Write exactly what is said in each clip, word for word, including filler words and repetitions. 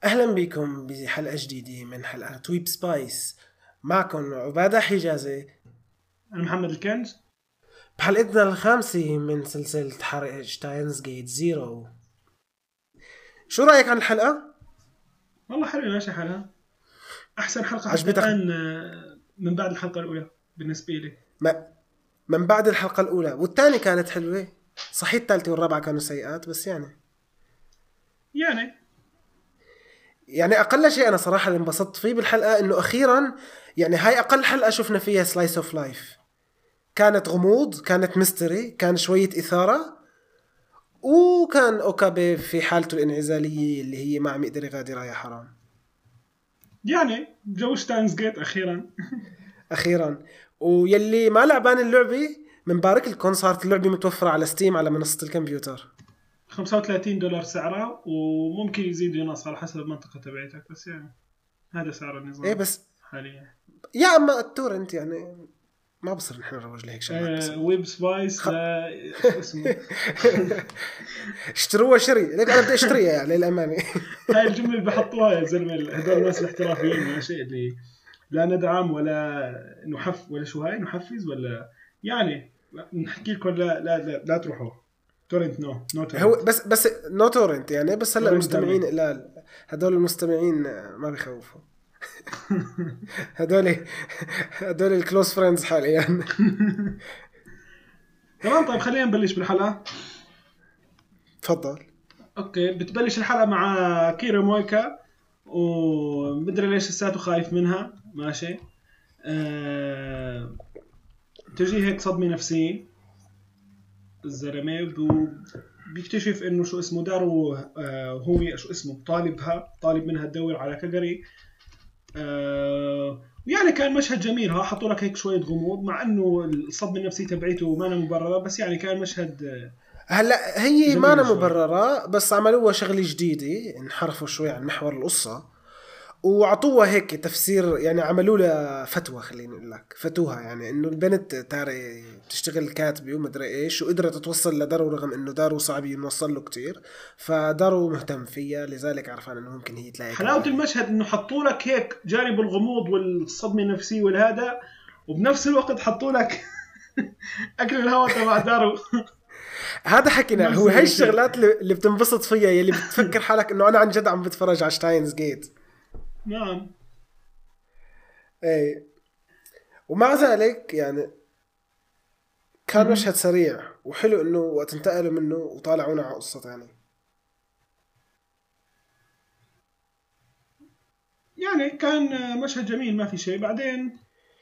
أهلا بكم بحلقة جديدة من حلقات ويب سبايس. معكم عبادة حجازي. أنا محمد الكنز. بحلقتنا الخامسة من سلسلة حرق شتاينز جيت زيرو. شو رأيك عن الحلقة؟ والله حلو، ماشي حالها. أحسن حلقة حتى عجبتك؟ الآن آه، من بعد الحلقة الأولى بالنسبة لي. ما من بعد الحلقة الأولى والثانية كانت حلوة، صحيح الثالثة والرابعة كانوا سيئات، بس يعني يعني يعني أقل شيء أنا صراحة اللي انبسطت فيه بالحلقة إنه أخيرا يعني هاي أقل حلقة شفنا فيها سلايس أوف لايف. كانت غموض، كانت ميستري، كان شوية إثارة، وكان أوكابي في حالته الانعزالية اللي هي ما عم يقدر يغادرها يا حرام. يعني جو ستاينز جيت أخيرا. أخيرا. ويلي ما لعبان اللعبة من بارك لكم، صارت اللعبة متوفرة على ستيم على منصة الكمبيوتر. خمسة وثلاثين دولار سعرها، وممكن يزيد ينقص على حسب المنطقة تبعتك، بس يعني هذا سعر إيه النظام بس حاليا. يا أما التورنت يعني ما بصير نحن نروج لهيك شغلات بس آه ويب سبايس خ... لا شو اسمه. اشتروها شري ليك، أنا بدي أشتريها يعني للأمانة. هاي الجملة اللي بحطوها يا زلمة، هدول الناس الاحترافيين ماشي، اللي لا ندعم ولا نحف ولا شو هاي نحفز ولا يعني نحكي لكم لا لا لا, لا تروحوا تورنت. نو نو هو تورنت. بس بس نو تورنت يعني، بس هلا تورنت المستمعين دمي. لا، هدول المستمعين ما بيخوفوا. هدول هدول الكلوز فريندز حاليا. تمام، طيب خلينا نبلش بالحلقة. تفضل. اوكي، بتبلش الحلقة مع كيرا مويكا، ومدري ليش لساته خايف منها ماشي. أه... تجي هيك صدمة نفسية الزلمة، ب- بيكتشف انه شو اسمه دارو، آه هو شو اسمه طالبها، طالب منها تدور على كاغاري. آه يعني كان مشهد جميل، ها حطوا لك هيك شوية غموض، مع انه الصدمة النفسية تبعيته ما أنا مبررة، بس يعني كان مشهد آه، هلا هي ما أنا جميل شوي. مبررة، بس عملوها شغلة جديدة، انحرفوا شوي عن محور القصة وعطوها هيك تفسير، يعني عملوا لها فتوى، خليني اقول لك فتوها، يعني انه البنت تاري بتشتغل كاتبه ومدري ايش، وقدرت توصل لدارو رغم انه دارو صعب يوصل له كتير، فدارو مهتم فيها، لذلك عرفان انه ممكن هي تلاقي حلاوة كباري. المشهد انه حطوا لك هيك جانب الغموض والصدمة النفسية والهذا، وبنفس الوقت حطوا لك اكل الهواء تبع دارو. هذا حكينا، بنفس هو هاي الشيء. الشغلات اللي اللي بتنبسط فيها، يلي بتفكر حالك انه انا عن جد عم بتفرج على شتاينز جيت. نعم. ايه. ومع ذلك يعني كان مهم. مشهد سريع وحلو، انه وقت انتقلوا منه وطالعونا على قصة ثانية. يعني كان آه، مشهد جميل، ما في شيء. بعدين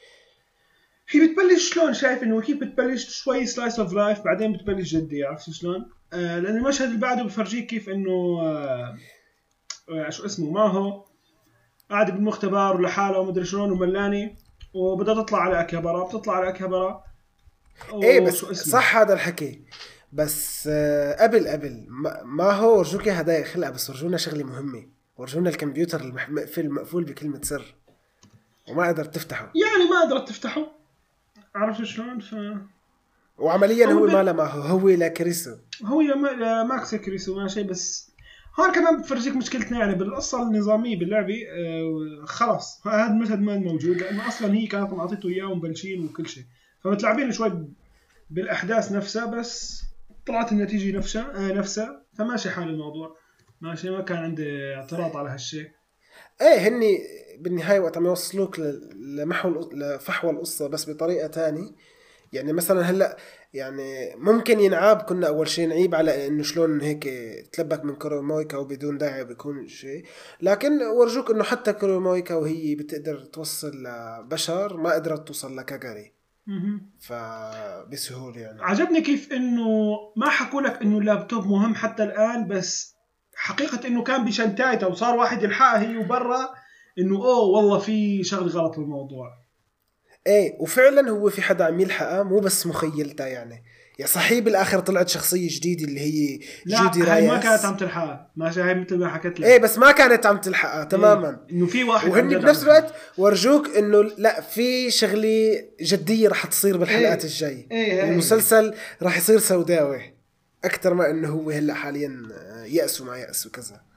هي بتبلش شلون، شايف انه كيف بتبلش شوي سلايس اوف لايف، بعدين بتبلش جدي، عرفت شلون؟ آه لان المشهد اللي بعده بفرجيك كيف انه آه آه شو اسمه ما هو قاعد بالمختبر ولحاله ومدري شلون وملاني، وبدها تطلع على اكيابارا، بتطلع على اكيابارا ايه بس وشو اسمه. صح هذا الحكي، بس آه، قبل قبل ما, ما هو ورجوك اياها ضايق خلقها، بس ورجونا شغله مهمه، ورجونا الكمبيوتر المقفول المقفول بكلمه سر وما قدرت تفتحه، يعني ما قدرت تفتحه، عرفت شلون؟ ف وعمليا هو هو بن... ما له معه، هو لا كريسو. هو يا ما... يا ماكس كريسو ماشي، بس هون كمان بتفرجيك مشكلتنا يعني بالقصة النظامية باللعبة. آه خلاص هذا المشهد ما موجود، لأنه أصلا هي كانت معطيته إياه ومبلشين وكل شيء، فمتلعبين شوي بالأحداث نفسها، بس طلعت النتيجة نفسها آه نفسها، فماشي حال الموضوع ماشي، ما كان عندي اعتراض على هالشيء. ايه هني بالنهايه وقت عم يوصلوك ل- لمحو الق- لفحوى القصه بس بطريقه تانية. يعني مثلا هلا يعني ممكن ينعاب، كنا اول شيء نعيب على انه شلون هيك تلبك من كرومويكا وبدون داعي بيكون شيء، لكن ورجوك انه حتى كرومويكا وهي بتقدر توصل لبشر ما قدرت توصل لكاغاري مهم. فبسهولة يعني. عجبني كيف انه ما حكوا لك انه اللابتوب مهم حتى الان، بس حقيقة انه كان بشنتايته وصار واحد يلحقها هي وبرا، انه اوه والله في شغل غلط بالموضوع. ايه وفعلا هو في حدا عم يلحقها، مو بس مخيلتها يعني. يا صحيح بالاخر طلعت شخصية جديدة اللي هي لا جودي هاي ما كانت رايس. عم تلحقها ماشي، هاي مثل ما حكيت ايه لك. بس ما كانت عم تلحقها ايه تماما. انه في واحد عن وهني جد عم بنفس يلحقها. الوقت ورجوك انه لا، في شغلة جدية رح تصير بالحلقات ايه الجاي. ايه هاي هي. المسلسل رح يصير سوداوي اكتر ما انه هو هلا حاليا يأس وما يأس وكذا.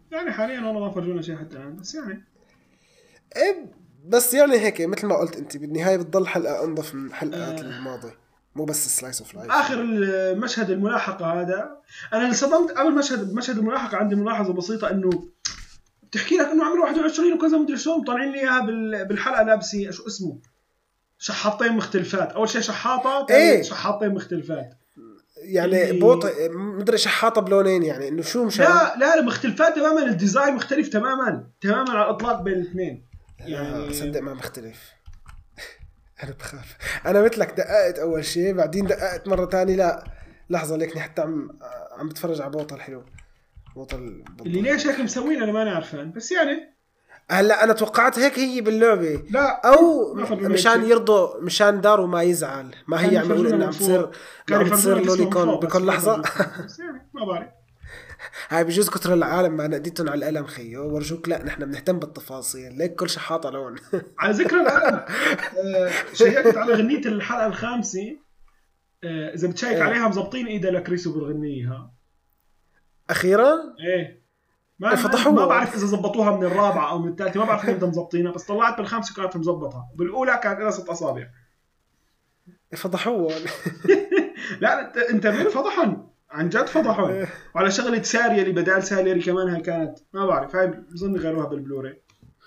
يعني حاليا والله ما فرجونا شيء حتى الان، بس يعني إيه بس يعني هيك مثل ما قلت انت بالنهايه بتضل حلقه انظف من الحلقات آه الماضيه، مو بس سلايس اوف لايف. اخر المشهد الملاحقه هذا انا انصدمت. قبل مشهد مشهد الملاحقه عندي ملاحظه بسيطه، انه بتحكي لك انه عمره واحد وعشرين وكذا مدري شلون، طالعين لي اياها بال- بالحلقه لابسين شو اسمه شحاطين مختلفات. اول شيء شحاطه، ثاني ايه شحاطين مختلفات. يعني بوط اللي مدري شحاطه بلونين، يعني انه شو مشان. لا لا مختلفات تماما، الديزاين مختلف تماما تماما على الاطلاق بين الاثنين آه يعني. صدق ما مختلف. انا بخاف، انا مثلك دققت اول شيء بعدين دققت مره تانية، لا لحظه ليكني حتى عم عم بتفرج على بوطه الحلو، بوطه اللي البطل. ليش هيك مسوين انا ماني عارفان، بس يعني هلا انا توقعت هيك هي باللعبه، لا او ما فرجونا هيك مشان شيء. يرضوا مشان دارو ما يزعل، ما كان هي عم يقول يفرجونا انه من عم تصير فوق، انه كان عم تصير يفرجونا جسمه من لوليكون فوق بس بكل ما لحظه. يفرجوك تحت. بس يعني ما بعرف. هاي بجوز كتر العالم ما نقديتهم على القلم خيو ورجوك، لا نحن بنهتم بالتفاصيل ليك كل شيء حاطه لون. على ذكر القلم، آه، شيكت على غنية الحلقة الخامسة، آه، إذا بتشيك ايه عليها مزبطين إيدها لكريسو بالغنية ها. اخيرا إيه ما ما ما فضحوه. بعرف إذا زبطوها من الرابعة أو من الثالثة، ما بعرف إمتى مزبطينها، بس طلعت بالخامسة كانت مزبطها، بالأولى كانت لها ست أصابع. فضحوه. لا أنت أنت مين فضحهم؟ عن جد فضحهم. وعلى شغلة سارية اللي بدال ساليري كمان، هاي كانت ما بعرف، هاي بظن غيروها بالبلوري.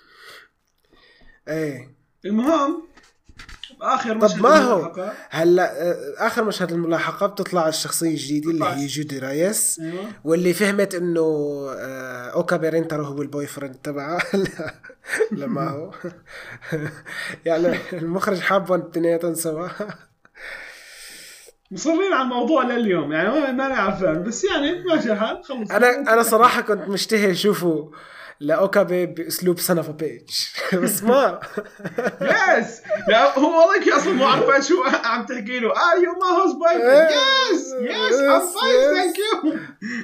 ايه المهم آخر طب مشهد ما هو الملاحقة. هلا آه، اخر مشهد الملاحقه بتطلع الشخصيه الجديده اللي هي بتطلعش. جودي رايس، أيوة. واللي فهمت انه آه، اوكا بيرينتر هو البوي فريند تبعها. لا لما هو يعني المخرج حابهم الاثنين سوا. مصرين على الموضوع لليوم يعني، ما ما عارفان، بس يعني ماشي الحال خلص. انا انا صراحه كنت مشتهي اشوفه لاوكابي باسلوب سن اوف بيتش بس ما. يس لا هو والله كي اصلا مو عارفه شو عم تحكي له. ار يو ما هوز باي فريند؟ يس يس ام فاين ثانك يو.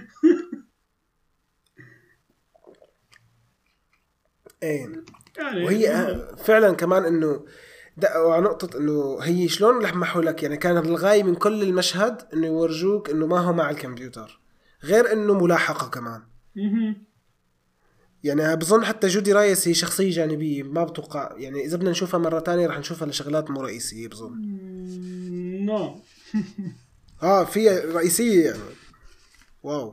ايه يعني وهي المهم. فعلا كمان انه دقوا على نقطة انه هي شلون لمحوا لك، يعني كان الغاية من كل المشهد انه يورجوك انه ما هو مع الكمبيوتر، غير انه ملاحقة كمان. مهم. يعني بظن حتى جودي رايس هي شخصية جانبية، ما بتوقع يعني اذا بدنا نشوفها مرة تانية رح نشوفها لشغلات مو رئيسية بظن. مم، نو اه في رئيسية يعني. واو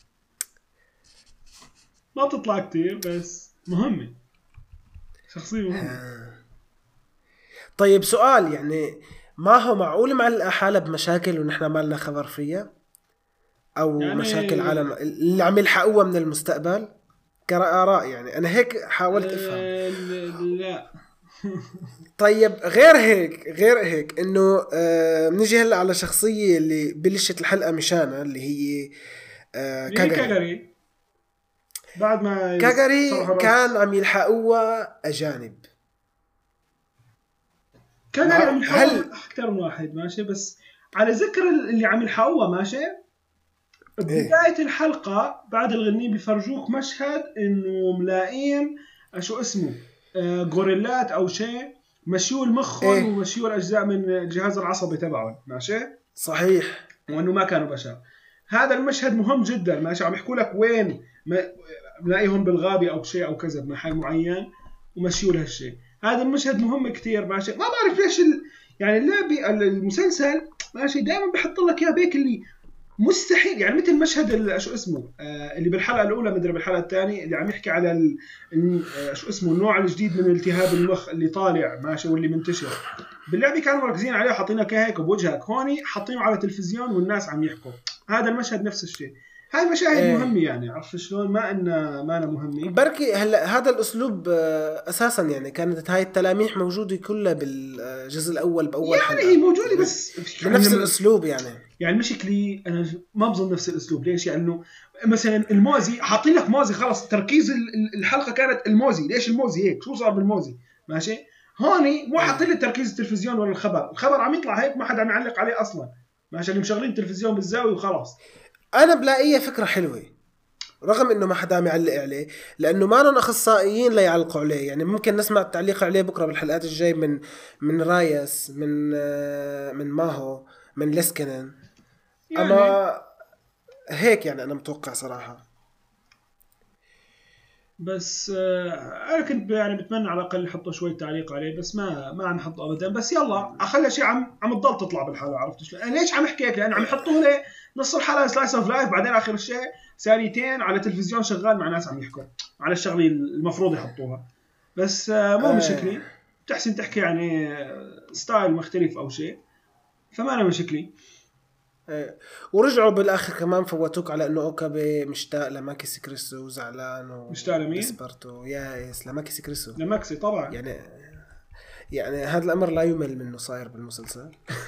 ما بتطلع كتير بس مهمة، شخصية مهمة. طيب سؤال، يعني ما هو معقول معلقة حالة بمشاكل ونحن ما لنا خبر فيها، او مشاكل يعني عالم اللي عم يلحقوها من المستقبل كآراء، يعني انا هيك حاولت افهم. آه لا طيب غير هيك غير هيك انه آه بنيجي هلا على شخصية اللي بلشت الحلقة مشانها اللي هي آه اللي هي كاغاري. كاغاري بعد ما كاغاري صرح كان الراس. عم يلحقوها اجانب. كان يعني عم مع يلحقوها هل اكثر من واحد ماشي، بس على ذكر اللي عم يلحقوها ماشي، ايه ببداية الحلقة بعد الغنية بيفرجوك مشهد انه ملاقين شو اسمه آه غوريلات او شيء، مشيوا مخهم ايه ومشيوا الاجزاء من الجهاز العصبي تبعهم ماشي، صحيح وانه ما كانوا بشر. هذا المشهد مهم جدا ماشي، عم يحكوا لك وين ما- ملاقيهم بالغابة او شيء او كذا بمحل معين ومشيوا لهالشيء. هذا المشهد مهم كتير ماشي. ما بعرف ليش ال... يعني اللعبة المسلسل ماشي دائما بحط لك اياه بيك اللي مستحيل، يعني مثل مشهد ال- شو اسمه آه اللي بالحلقه الاولى مدري بالحلقه الثانيه اللي عم يحكي على ال... ال... آه شو اسمه النوع الجديد من التهاب المخ اللي طالع ماشي واللي منتشر. باللعبه كانوا مركزين عليه حاطينك اياه هيك بوجهك، هوني حاطينه على التلفزيون والناس عم يحكوا. هذا المشهد نفس الشيء. هاي مشاهد ايه مهمه يعني، عرفت شلون؟ ما ان ما أنا مهمه. بركي هلا هذا الاسلوب آه، اساسا يعني كانت هاي التلاميح موجوده كلها بالجزء الاول باول يعني هي حلقه، موجوده يعني بس يعني بنفس لما الاسلوب يعني. يعني المشكلة أنا ما بظن نفس الأسلوب. ليش؟ يعني إنه مثلا الموزي حاطين لك موزي خلاص، تركيز ال- ال- الحلقة كانت الموزي. ليش الموزي هيك؟ شو صار بالموزي؟ ماشي؟ هوني مو حاطين لي تركيز التلفزيون ولا الخبر، الخبر عم يطلع هيك ما حدا عم يعلق عليه أصلا ماشي، اللي مشغلين التلفزيون بالزاوية وخلاص. انا بلاقيها فكره حلوه رغم انه ما حدا عم يعلق عليه، لانه ما لهم اخصائيين ليعلقوا عليه. يعني ممكن نسمع التعليق عليه بكره بالحلقات الجاي من من رايس، من آه، من ماهو، من لسكنن. يعني اما هيك يعني انا متوقع صراحه. بس آه انا كنت يعني بتمنى على الاقل يحطوا شوي تعليق عليه، بس ما ما عم يحطوا ابدا. بس يلا اخلي شيء عم عم تضل تطلع بالحلقه، عرفت شلون؟ انا ليش عم احكي هيك؟ لان عم يحطوا لي نص الحلقه سلايس اوف لايف، بعدين اخر شيء ثانيتين على تلفزيون شغال مع ناس عم يحكوا على الشغله المفروض يحطوها. بس آه مو مشكلي، بتحسن تحكي يعني ستايل مختلف او شيء، فما انا مشكلي. ايه. ورجعوا بالاخر كمان فوتوك على انه اوكابي مشتاق لماكيس كريسو وزعلان و مشتاق لمين؟ ديسبرتو ياس لماكيس كريسو لماكسي طبعا. يعني يعني هذا الامر لا يمل منه صاير بالمسلسل.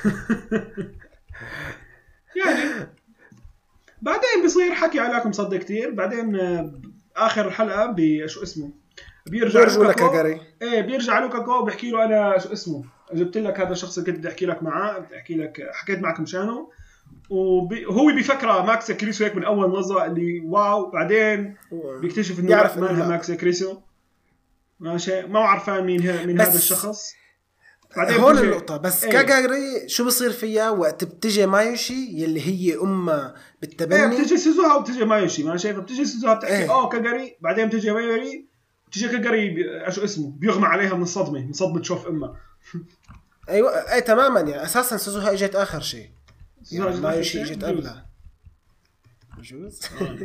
يعني بعدين بيصير حكي علاكم صدق كتير، بعدين اخر الحلقه بشو اسمه بيرجع لوكاكو. ايه بيرجع لوكاكو بحكي له انا شو اسمه جبت لك هذا الشخص اللي كنت بدي احكي لك معاه، بدي احكي لك حكيت معك مشانه، وهو بيفكره ماكس كريسو هيك من اول نظره اللي واو، بعدين بيكتشف انه يعرف ما هو ماكس كريسو ماشي، ما هو عارفان مين من هذا الشخص. بعدين هون النقطة بس ايه. كاغاري شو بصير فيها وقت بتجي مايوشي يلي هي أمها بالتبني؟ ايه بتجي سوزوها وبتجي مايوشي ماشي، فبتجي سوزوها بتحكي ايه. اه كاغاري، بعدين بتجي مايوري، بتجي كاغاري بي... شو اسمه بيغمى عليها من الصدمة، من صدمة شوف أمها. ايوه اي تماما، يعني اساسا سوزوها اجت اخر شيء، يعني مايوشي اجت قبلها بجوز.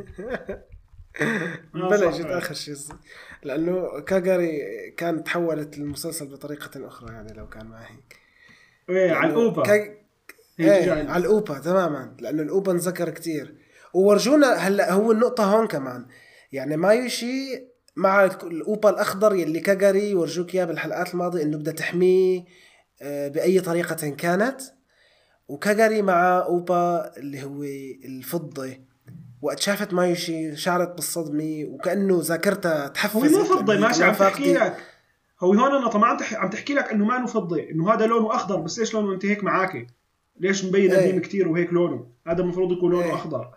بلا اجت اخر شيء، لانه كاغاري كانت تحولت المسلسل بطريقه اخرى، يعني لو كان ما هيك ايه يعني على الاوبا كا... ايه على الاوبا تماما، لانه الاوبا نذكر كتير وورجونا. هلا هو النقطه هون كمان، يعني مايوشي مع الاوبا الاخضر يلي كاغاري ورجوك اياه بالحلقات الماضيه انه بدها تحميه باي طريقه كانت، وكاغاري مع اوبا اللي هو الفضه وقت شافت مايوشي شعرت بالصدمه وكانه ذاكرتها تحفزت. هو مو فضي ماشي عم تحكي لك، هو هون النقطه ما عم تحكي عم تحكي لك انه ما انه فضي، انه هذا لونه اخضر، بس ليش لونه انت هيك معاكي؟ ليش مبين قديم ايه. كتير وهيك لونه، هذا المفروض يكون لونه ايه. اخضر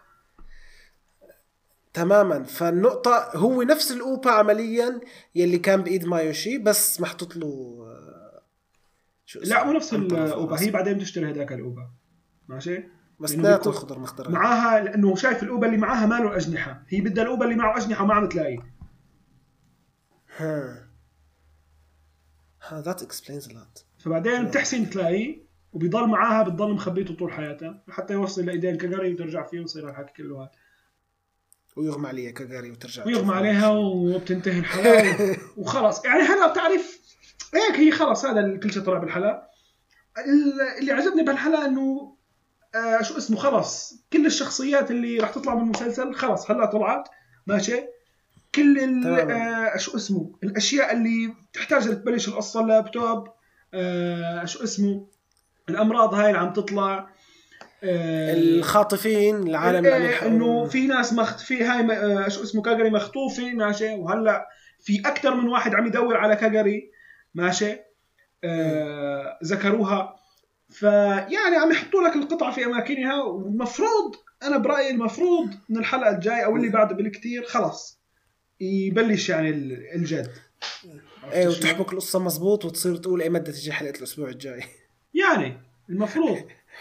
تماما. فالنقطة هو نفس الأوبا عمليا يلي كان بإيد مايوشي، بس محطوط له شو لا مو نفس الأوبا، هي بعدين بتشتري هداك الأوبا ماشي، بس ناتو خضر مخضر معاها، لأنه شايف الأوبا اللي معاها ما له أجنحة، هي بدها الأوبا اللي معه أجنحة وما عم تلاقي. ها ها that explains a lot. فبعدين بتحسن تلاقي وبيضل معاها، بتضل مخبيته طول حياتها حتى يوصل لإيدين كاغاري وترجع فيه ويصير الحكي كله هذا، ويغمى عليها كاغاري وترجع ويغمى عليها وبتنتهي الحلقة وخلاص. يعني هلا بتعرف هيك هي خلاص، هذا كل شيء طلع بالحلقة. اللي عجبني بهالحلقة انه آه شو اسمه خلاص كل الشخصيات اللي راح تطلع من المسلسل خلاص هلا طلعت ماشي، كل آه شو اسمه الاشياء اللي تحتاج لتبلش القصة، اللابتوب آه شو اسمه الامراض هاي اللي عم تطلع، آه الخاطفين العالم آه انه في ناس مختفي هاي آه شو اسمه كاغاري مخطوفة ماشي، وهلا في اكثر من واحد عم يدور على كاغاري ماشي آه ذكروها. فيعني عم يحطوا لك القطعة في أماكنها، والمفروض أنا برأيي المفروض من الحلقة الجاي أو اللي بعده بالكتير خلاص يبلش يعني الجد، ايه وتحبك القصة مزبوط وتصير تقول ايه مدة تجي حلقة الأسبوع الجاي، يعني المفروض.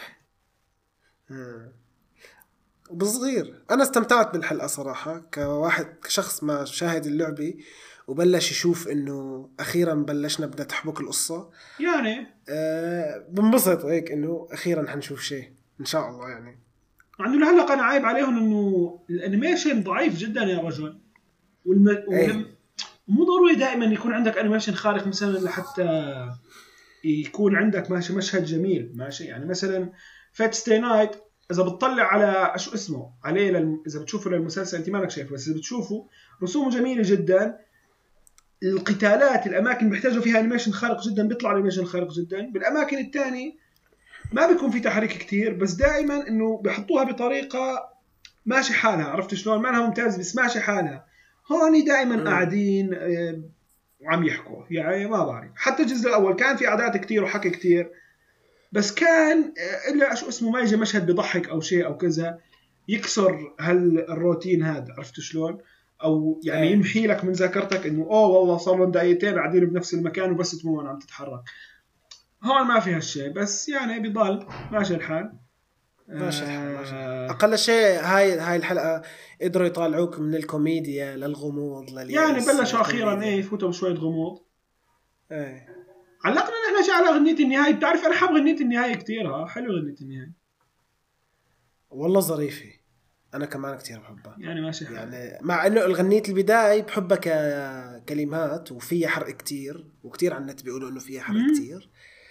بصغير أنا استمتعت بالحلقة صراحة، كواحد كشخص ما شاهد اللعبة وبلش يشوف إنه أخيرا بلشنا بدنا تحبك القصة، يعني أه بنبسط هيك إنه أخيرا حنشوف شيء إن شاء الله. يعني عنده لهلا أنا عايب عليهم إنه الأنيميشن ضعيف جدا يا رجل، والم... والم... مو ضروري دائما يكون عندك أنيميشن خارق مثلا لحتى يكون عندك ماشي مشهد جميل ماشي. يعني مثلا فات ستي نايت إذا بتطلع على شو اسمه عليه للم... إذا بتشوفه للمسلسل أنت مالك شايفه، بس إذا بتشوفه رسومه جميلة جدا، القتالات الأماكن بيحتاجوا فيها أنيميشن خارق جدا بيطلع أنيميشن خارق جدا، بالأماكن الثانية ما بيكون في تحريك كتير، بس دائما إنه بيحطوها بطريقة ماشي حالها، عرفت شلون ما لها ممتاز بس ماشي حالها. هوني دائما قاعدين وعم يحكوا، يعني ما بعرف حتى الجزء الأول كان في أعداد كتير وحكي كتير، بس كان إلا شو اسمه ما يجي مشهد بيضحك أو شيء أو كذا يكسر هالروتين هذا، عرفت شلون، أو يعني يمحي لك من ذاكرتك إنه أوه والله صار لهم دقيقتين قاعدين بنفس المكان وبس تمون عم تتحرك. هون ما في هالشيء، بس يعني بيضل ماشي الحال. ماشي الحال ماشي الحال. اقل شيء هاي هاي الحلقه قدروا يطالعوك من الكوميديا للغموض يعني بلشوا اخيرا ايه يفوتوا بشويه غموض. ايه علقنا نحن شيء على غنية النهاية. بتعرف انا حاب غنية النهاية كتير. ها حلو غنية النهاية والله ظريفه، انا كمان كتير بحبها. يعني ماشي حال. يعني مع انه الغنية البداية بحبها ككلمات وفيها حرق كتير، وكتير على النت بيقولوا انه فيها حرق كتير،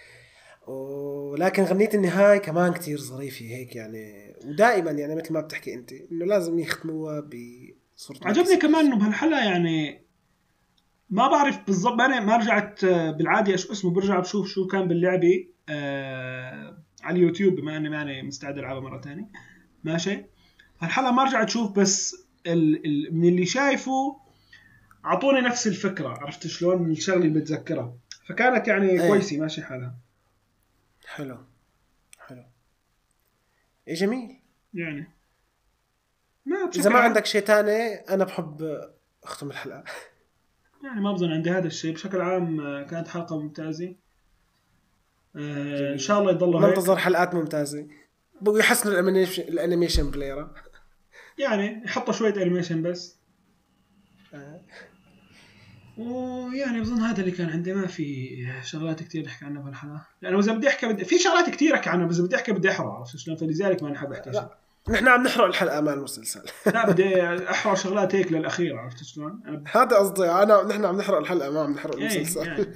ولكن غنية النهاية كمان كتير ظريفة هيك يعني. ودائما يعني مثل ما بتحكي انت انه لازم يختموها بصورة. عجبني كمان انه بهالحلقة يعني ما بعرف بالضبط، انا ما رجعت بالعادة شو اسمه برجع بشوف شو كان باللعبة آه على اليوتيوب بما اني ماني مستعد العبها مرة تانية. ماشي هالحلقة ما رجعت اشوف، بس ال ال من اللي شايفه اعطوني نفس الفكرة. عرفت شلون من الشغله اللي بتذكرها، فكانت يعني ايه. كويسة ماشي حالها. حلو حلو ايه جميل. يعني ما اذا ما عندك شيء تاني انا بحب اختم الحلقة. يعني ما بظن عندي هذا الشيء. بشكل عام كانت حلقة ممتازة. آه ان شاء الله يضلوا هيك. ننتظر حلقات ممتازة ويحسنوا الانيميشن الانيميشن بلايرة. يعني يحطوا شوية انيميشن بس. آه. ويعني بظن هذا اللي كان عندي. ما في شغلات كتير نحكي عنها بهالحلقة، لأنه إذا بدي أحكي بدي... في شغلات كتير أحكي عنها، بس إذا بدي أحكي بدي أحرق. عرفت شلون؟ فلذلك ما نحب أحكي شيء. نحن عم نحرق الحلقة مال المسلسل. لا بدي أحرق شغلات هيك للأخير. عرفت شلون؟ أنا... هذا قصدي انا. نحن عم نحرق الحلقة ما عم نحرق المسلسل. ايه يعني.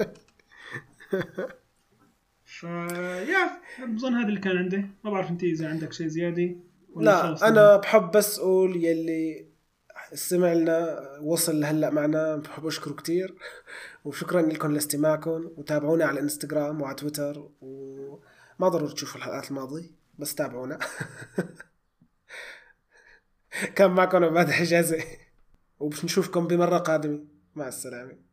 فيا بظن هذا اللي كان عندي. ما بعرف انت اذا عندك شيء زياده. لا انا بحب بس اقول يلي استمع لنا وصل لهلا معنا بحب اشكره كتير، وشكرا لكم لاستماعكم، وتابعونا على الانستغرام وعلى تويتر، وما ضروري تشوفوا الحلقات الماضية بس تابعونا. كان معكم عماد حجازي، وبنشوفكم بمرة قادمة. مع السلامة.